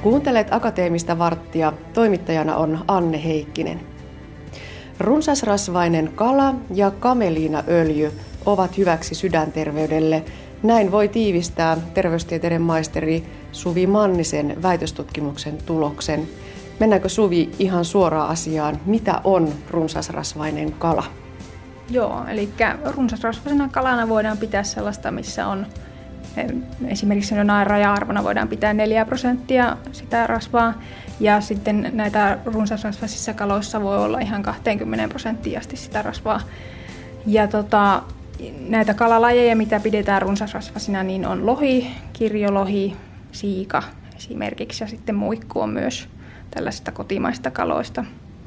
Kuuntelet Akateemista varttia. Toimittajana on Anne Heikkinen. Runsasrasvainen kala ja kameliinaöljy ovat hyväksi sydänterveydelle. Näin voi tiivistää terveystieteiden maisteri Suvi Mannisen väitöstutkimuksen tuloksen. Mennäänkö Suvi ihan suoraan asiaan? Mitä on runsasrasvainen kala? Joo, eli runsasrasvaisena kalana voidaan pitää sellaista, missä on esimerkiksi raja-arvona voidaan pitää 4% sitä rasvaa. Ja sitten näitä runsasrasvaisissa kaloissa voi olla ihan 20% asti sitä rasvaa. Ja näitä kalalajeja, mitä pidetään runsasrasvaisina, niin on lohi, kirjolohi, siika esimerkiksi ja sitten muikku on myös tällaisista kotimaista kaloista.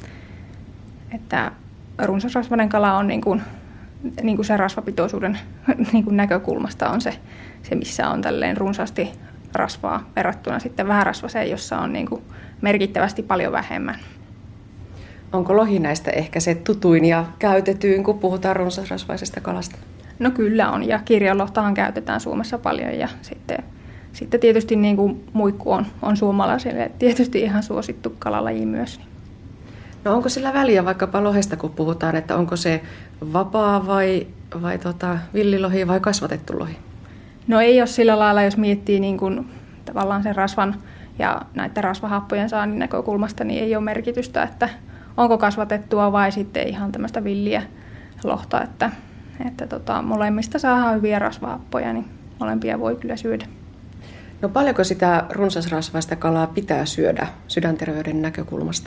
Että runsasrasvainen kala on niin kuin sen rasvapitoisuuden niin kuin näkökulmasta on se, missä on tälleen runsaasti rasvaa verrattuna sitten vähärasvaiseen, jossa on niin kuin merkittävästi paljon vähemmän. Onko lohi näistä ehkä se tutuin ja käytetyin, kun puhutaan runsasrasvaisesta kalasta? No kyllä on, ja kirjolohtahan käytetään Suomessa paljon, ja sitten tietysti niin kuin muikku on suomalaisille tietysti ihan suosittu kalalaji myös. No onko sillä väliä vaikkapa lohesta, kun puhutaan, että onko se vapaa vai villilohi vai kasvatettu lohi? No ei ole sillä lailla, jos miettii niin kuin tavallaan sen rasvan ja näiden rasvahappojen saannin näkökulmasta, niin ei ole merkitystä, että onko kasvatettua vai sitten ihan tämmöistä villiä lohta, että molemmista saadaan hyviä rasvahappoja, niin molempia voi kyllä syödä. No paljonko sitä runsasrasvaista kalaa pitää syödä sydänterveyden näkökulmasta?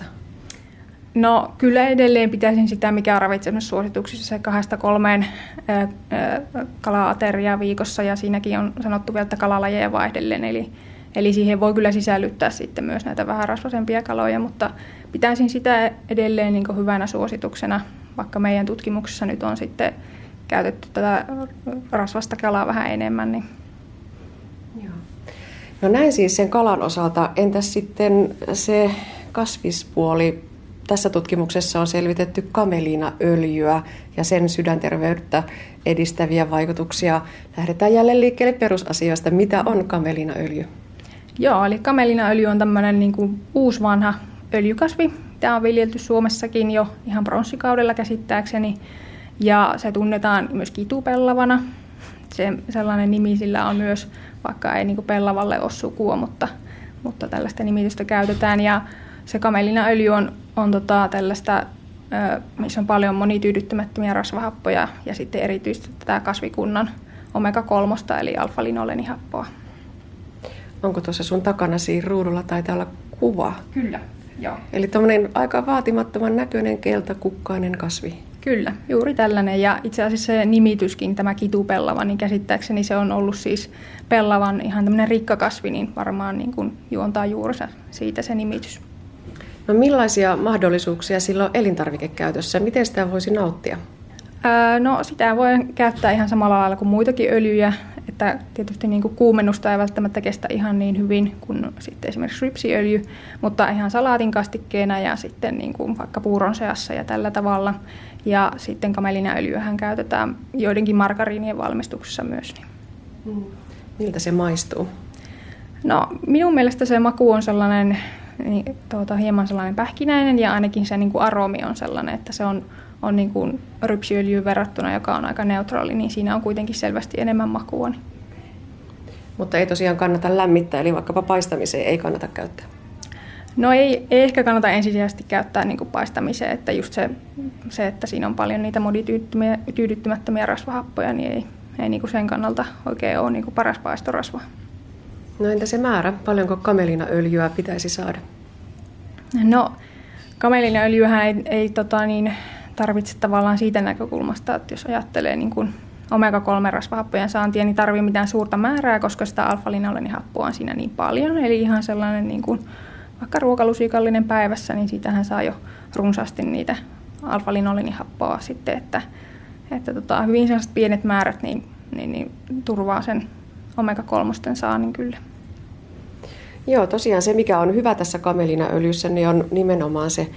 No kyllä edelleen pitäisin sitä, mikä on ravitsemussuosituksissa, se 2-3 kala-ateriaa viikossa, ja siinäkin on sanottu vielä, että kalalajeja vaihdellen, eli siihen voi kyllä sisällyttää sitten myös näitä vähän rasvaisempia kaloja, mutta pitäisin sitä edelleen niin kuin hyvänä suosituksena, vaikka meidän tutkimuksessa nyt on sitten käytetty tätä rasvasta kalaa vähän enemmän. Niin. Joo. No näin siis sen kalan osalta. Entäs sitten se kasvispuoli? Tässä tutkimuksessa on selvitetty kameliinaöljyä ja sen sydänterveyttä edistäviä vaikutuksia. Lähdetään jälleen liikkeelle perusasioista. Mitä on kameliinaöljy? Joo, eli kameliinaöljy on tämmöinen niin kuin uusi vanha öljykasvi. Tämä on viljelty Suomessakin jo ihan pronssikaudella käsittääkseni. Ja se tunnetaan myös kitupellavana. Sellainen nimi sillä on myös, vaikka ei niin kuin pellavalle ole sukua, mutta tällaista nimitystä käytetään. Ja se kameliinaöljy on tällaista, missä on paljon monityydyttämättömiä rasvahappoja ja sitten erityisesti tätä kasvikunnan omega-3 eli alfa-linoleenihappoa. Onko tuossa sun takana siinä ruudulla taitaa olla kuva? Kyllä, joo. Eli tämmöinen aika vaatimattoman näköinen keltakukkainen kasvi. Kyllä, juuri tällainen. Ja itse asiassa se nimityskin, tämä kitupellava, niin käsittääkseni se on ollut siis pellavan ihan tämmöinen rikkakasvi, niin varmaan niin kuin juontaa juurensa siitä se nimitys. No millaisia mahdollisuuksia sillä on elintarvikekäytössä? Miten sitä voisi nauttia? No sitä voi käyttää ihan samalla lailla kuin muitakin öljyjä. Että tietysti niin kuin kuumennusta ei välttämättä kestä ihan niin hyvin kuin sitten esimerkiksi rypsiöljy, mutta ihan salaatin kastikkeena ja sitten niin kuin vaikka puuron seassa ja tällä tavalla. Ja sitten kameliinaöljyähän käytetään joidenkin margariinien valmistuksessa myös. Miltä se maistuu? No minun mielestä se maku on sellainen hieman sellainen pähkinäinen ja ainakin se niin kuin aromi on sellainen, että se on niin kuin rypsiöljyyn verrattuna, joka on aika neutraali, niin siinä on kuitenkin selvästi enemmän makua. Mutta ei tosiaan kannata lämmittää, eli vaikkapa paistamiseen ei kannata käyttää? No ei ehkä kannata ensisijaisesti käyttää niin kuin paistamiseen, että just se, että siinä on paljon niitä monityydyttämättömiä rasvahappoja, niin ei niin kuin sen kannalta oikein ole niin kuin paras paistorasva. No entä se määrä? Paljonko kameliinaöljyä pitäisi saada? No kameliinaöljyhän ei tarvitse tavallaan siitä näkökulmasta, että jos ajattelee niin kuin omega-3-rasvahappojen saantia, niin tarvii mitään suurta määrää, koska sitä alfa-linoleenihappoa on siinä niin paljon. Eli ihan sellainen niin kuin vaikka ruokalusikallinen päivässä, niin siitähän saa jo runsaasti niitä alfa-linoleenihappoa sitten, että hyvin sellaiset pienet määrät niin turvaa sen omega-3 saannin kyllä. Joo, tosiaan se mikä on hyvä tässä kameliinaöljyssä, niin on nimenomaan se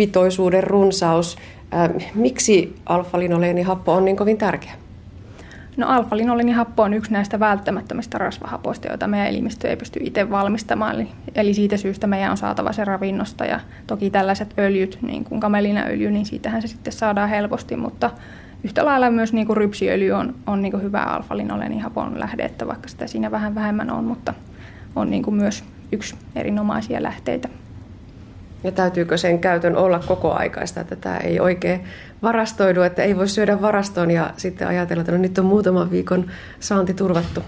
alfa-linoleenihapppopitoisuuden runsaus. Miksi alfa-linoleenihappo on niin kovin tärkeä? No alfa-linoleenihappo on yksi näistä välttämättömistä rasvahapoista, joita meidän elimistö ei pysty itse valmistamaan. Eli siitä syystä meidän on saatava se ravinnosta. Ja toki tällaiset öljyt, niin kuin kamelinaöljy, niin siitähän se sitten saadaan helposti. Mutta yhtä lailla myös niin kuin rypsiöljy on niin kuin hyvä alfa-linoleenihapon lähde, että vaikka sitä siinä vähän vähemmän on, mutta on niin kuin myös yksi erinomaisia lähteitä. Ja täytyykö sen käytön olla kokoaikaista, että tämä ei oikein varastoidu, että ei voi syödä varastoon ja sitten ajatella, että no nyt on muutaman viikon saanti turvattu?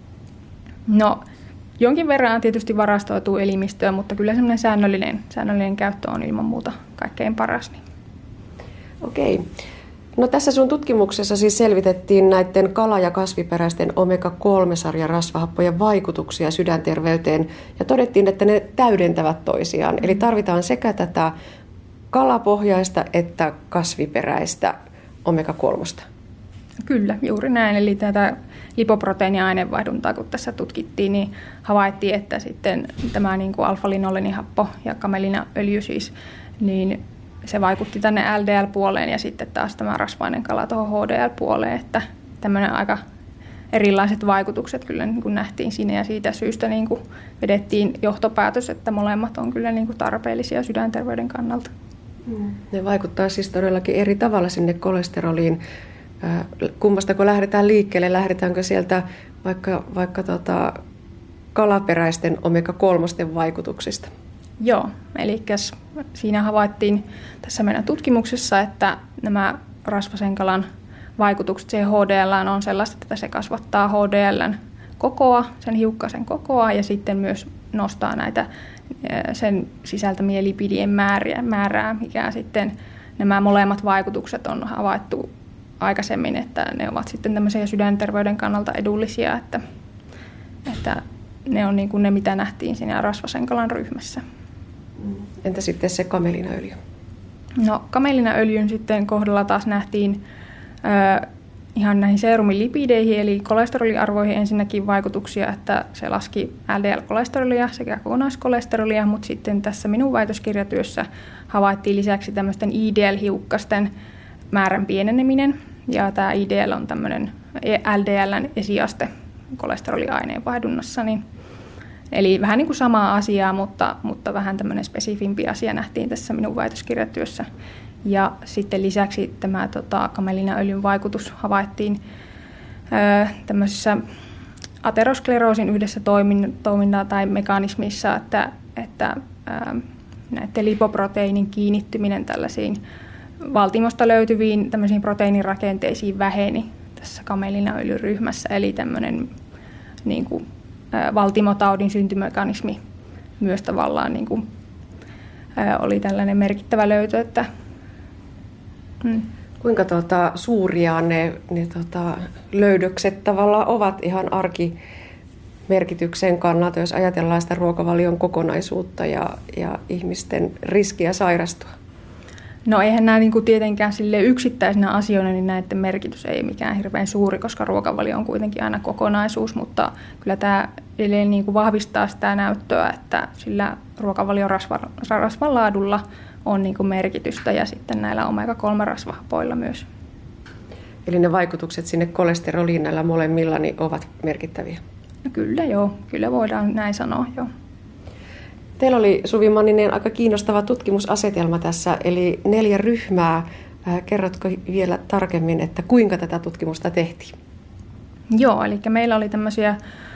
No jonkin verran tietysti varastoituu elimistöä, mutta kyllä semmoinen säännöllinen käyttö on ilman muuta kaikkein paras. Okei. No tässä sun tutkimuksessa siis selvitettiin näiden kala- ja kasviperäisten omega-3-sarjan rasvahappojen vaikutuksia sydänterveyteen ja todettiin, että ne täydentävät toisiaan. Eli tarvitaan sekä tätä kalapohjaista että kasviperäistä omega-3. Kyllä, juuri näin. Eli tätä lipoproteiiniaineenvaihduntaa, kun tässä tutkittiin, niin havaittiin, että sitten tämä niin kuin alfa-linoleenihappo ja kamelinaöljy siis, niin se vaikutti tänne LDL-puoleen ja sitten taas tämä rasvainen kala tuohon HDL-puoleen, että tämmöinen aika erilaiset vaikutukset kyllä niin kuin nähtiin siinä ja siitä syystä niin kuin vedettiin johtopäätös, että molemmat on kyllä niin kuin tarpeellisia sydänterveyden kannalta. Ne vaikuttaa siis todellakin eri tavalla sinne kolesteroliin. Kummastako lähdetään liikkeelle? Lähdetäänkö sieltä vaikka kalaperäisten omega-3 vaikutuksista? Joo, eli siinä havaittiin tässä meidän tutkimuksessa, että nämä rasvaisen kalan vaikutukset siihen HDL:ään on sellaista, että se kasvattaa HDL:n kokoa, sen hiukkasen kokoa ja sitten myös nostaa näitä sen sisältämiä lipidien määrää, mikä sitten nämä molemmat vaikutukset on havaittu aikaisemmin, että ne ovat sitten tämmöisiä sydänterveyden kannalta edullisia, että ne on niin kuin ne, mitä nähtiin siinä rasvaisen kalan ryhmässä. Entä sitten se kamelinaöljy? No kamelinaöljyn sitten kohdalla taas nähtiin ihan näihin seerumin lipideihin, eli kolesteroliarvoihin ensinnäkin vaikutuksia, että se laski LDL-kolesterolia sekä kokonaiskolesterolia, mutta sitten tässä minun väitöskirjatyössä havaittiin lisäksi tämmöisten IDL-hiukkasten määrän pieneneminen, ja tämä IDL on tämmöinen LDLn esiaste kolesteroliaineenvaihdunnassa, niin eli vähän niin kuin samaa asiaa, mutta vähän tämmöinen spesifimpi asia nähtiin tässä minun väitöskirjatyössä. Ja sitten lisäksi tämä kamelinaöljyn vaikutus havaittiin tämmöisessä ateroskleroosin yhdessä toimintaa tai mekanismissa, että näiden lipoproteiinin kiinnittyminen tällaisiin valtimosta löytyviin tämmöisiin proteiinirakenteisiin väheni tässä kamelinaöljyryhmässä, eli tämmöinen niin kuin valtimotaudin syntymekanismi myös tavallaan niin kuin, oli tällainen merkittävä löytö. Että, Kuinka suuria ne löydökset tavallaan ovat ihan arkimerkityksen kannalta, jos ajatellaan sitä ruokavalion kokonaisuutta ja ihmisten riskiä sairastua? No eihän nämä niin kuin tietenkään sille yksittäisenä asioina, niin näiden merkitys ei mikään hirveän suuri, koska ruokavalio on kuitenkin aina kokonaisuus, mutta kyllä tämä edelleen niin kuin vahvistaa sitä näyttöä, että sillä ruokavalion rasvan laadulla on niin kuin merkitystä ja sitten näillä omega-3-rasvahapoilla myös. Eli ne vaikutukset sinne kolesteroliin näillä molemmilla niin ovat merkittäviä? No kyllä joo, kyllä voidaan näin sanoa joo. Teillä oli, Suvi Manninen, aika kiinnostava tutkimusasetelma tässä, eli 4 ryhmää. Kerrotko vielä tarkemmin, että kuinka tätä tutkimusta tehtiin? Joo, eli meillä oli tämmöisiä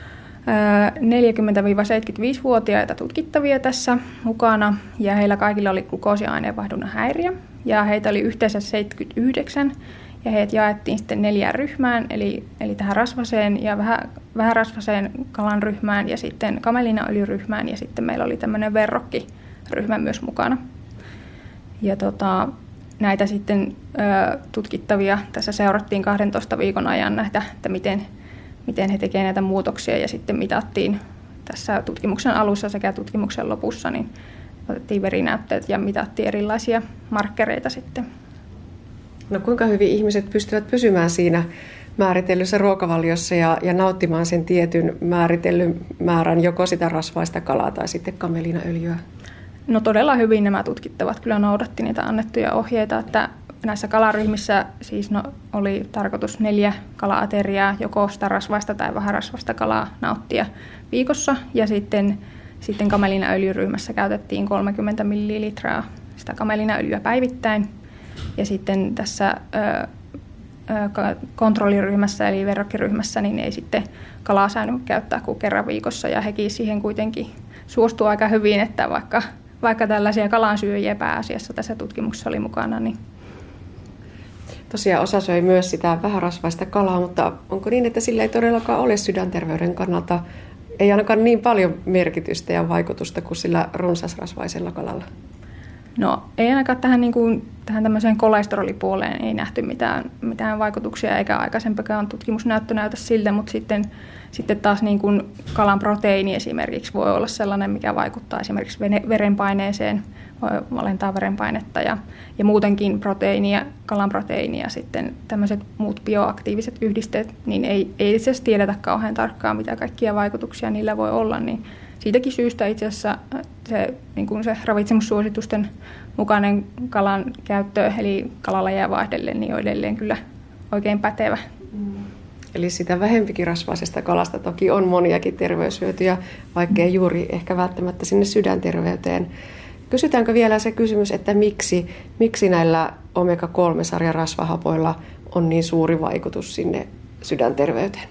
40-75-vuotiaita tutkittavia tässä mukana, ja heillä kaikilla oli glukoosiaineenvaihdunnan häiriö, ja heitä oli yhteensä 79, ja heidät jaettiin sitten 4 ryhmään, eli tähän rasvaseen ja vähän rasvaseen kalan ryhmään ja sitten kamelinaöljyryhmään ja sitten meillä oli tämmöinen verrokkiryhmä myös mukana. Ja näitä sitten tutkittavia tässä seurattiin 12 viikon ajan näitä, että miten he tekevät näitä muutoksia ja sitten mitattiin tässä tutkimuksen alussa sekä tutkimuksen lopussa, niin otettiin verinäytteet ja mitattiin erilaisia markkereita sitten. No kuinka hyvin ihmiset pystyvät pysymään siinä määritellyssä ruokavaliossa ja nauttimaan sen tietyn määritellyn määrän joko sitä rasvaista kalaa tai sitten kamelinaöljyä? No todella hyvin nämä tutkittavat kyllä noudatti niitä annettuja ohjeita, että näissä kalaryhmissä siis oli tarkoitus 4 kala-ateriaa, joko sitä rasvaista tai vähän rasvaista kalaa nauttia viikossa. Ja sitten kamelinaöljyryhmässä käytettiin 30 millilitraa sitä kamelinaöljyä päivittäin. Ja sitten tässä kontrolliryhmässä eli verrokkiryhmässä niin ei sitten kalaa saanut käyttää kuin kerran viikossa. Ja hekin siihen kuitenkin suostuu aika hyvin, että vaikka tällaisia kalansyöjiä pääasiassa tässä tutkimuksessa oli mukana. Niin tosiaan osa söi myös sitä vähärasvaista kalaa, mutta onko niin, että sillä ei todellakaan ole sydänterveyden kannalta, ei ainakaan niin paljon merkitystä ja vaikutusta kuin sillä runsasrasvaisella kalalla? No ei ainakaan tähän tämmöiseen kolesterolipuoleen ei nähty mitään vaikutuksia, eikä aikaisempikaan tutkimusnäyttö näytä siltä, mutta sitten taas niin kuin kalan proteiini esimerkiksi voi olla sellainen, mikä vaikuttaa esimerkiksi verenpaineeseen, voi alentaa verenpainetta ja muutenkin kalan proteiini ja sitten tämmöiset muut bioaktiiviset yhdisteet, niin ei itse asiassa tiedetä kauhean tarkkaan, mitä kaikkia vaikutuksia niillä voi olla, niin siitäkin syystä itse asiassa se ravitsemussuositusten mukainen kalan käyttö, eli kalalajeja vaihdellen, niin on edelleen kyllä oikein pätevä. Eli sitä vähempikin rasvaisesta kalasta toki on moniakin terveyshyötyjä, vaikkei juuri ehkä välttämättä sinne sydänterveyteen. Kysytäänkö vielä se kysymys, että miksi näillä omega-3-sarjan rasvahapoilla on niin suuri vaikutus sinne sydänterveyteen?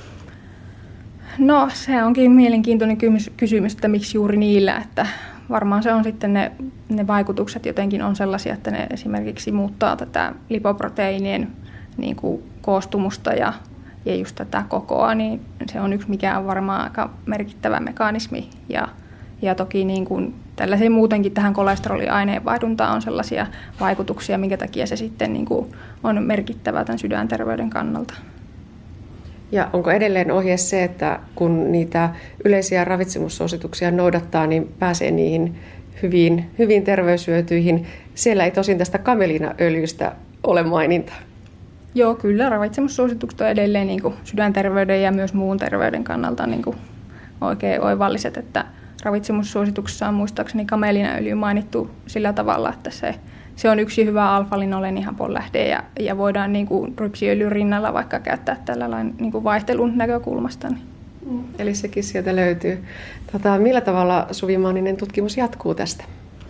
No se onkin mielenkiintoinen kysymys, että miksi juuri niillä, että varmaan se on sitten ne vaikutukset jotenkin on sellaisia, että ne esimerkiksi muuttaa tätä lipoproteiinien niin kuin koostumusta ja just tätä kokoa, niin se on yksi mikä on varmaan aika merkittävä mekanismi ja toki niin kuin tällaiseen muutenkin tähän kolesteroliaineenvaihduntaan on sellaisia vaikutuksia, minkä takia se sitten niin kuin on merkittävä tämän sydänterveyden kannalta. Ja onko edelleen ohje se, että kun niitä yleisiä ravitsemussuosituksia noudattaa, niin pääsee niihin hyviin terveyshyötyihin? Siellä ei tosin tästä kamelinaöljystä ole mainintaa. Joo, kyllä ravitsemussuositukset on edelleen niin kuin sydänterveyden ja myös muun terveyden kannalta niin kuin oikein oivalliset, että ravitsemussuosituksessa on muistaakseni kamelinaöljy mainittu sillä tavalla, että se on yksi hyvä alfa-linolenihaponlähde ja voidaan niin kuin rypsiöljyn rinnalla vaikka käyttää tällä niin kuin vaihtelun näkökulmasta. Eli sekin sieltä löytyy. Millä tavalla Suvi Manninen tutkimus jatkuu tästä?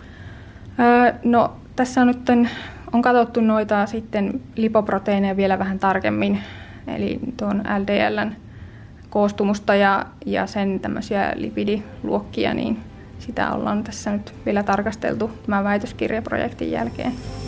No tässä on katsottu noita sitten lipoproteiineja vielä vähän tarkemmin, eli tuon LDL:n koostumusta ja sen tämmöisiä lipidiluokkia, niin sitä ollaan tässä nyt vielä tarkasteltu tämän väitöskirjaprojektin jälkeen.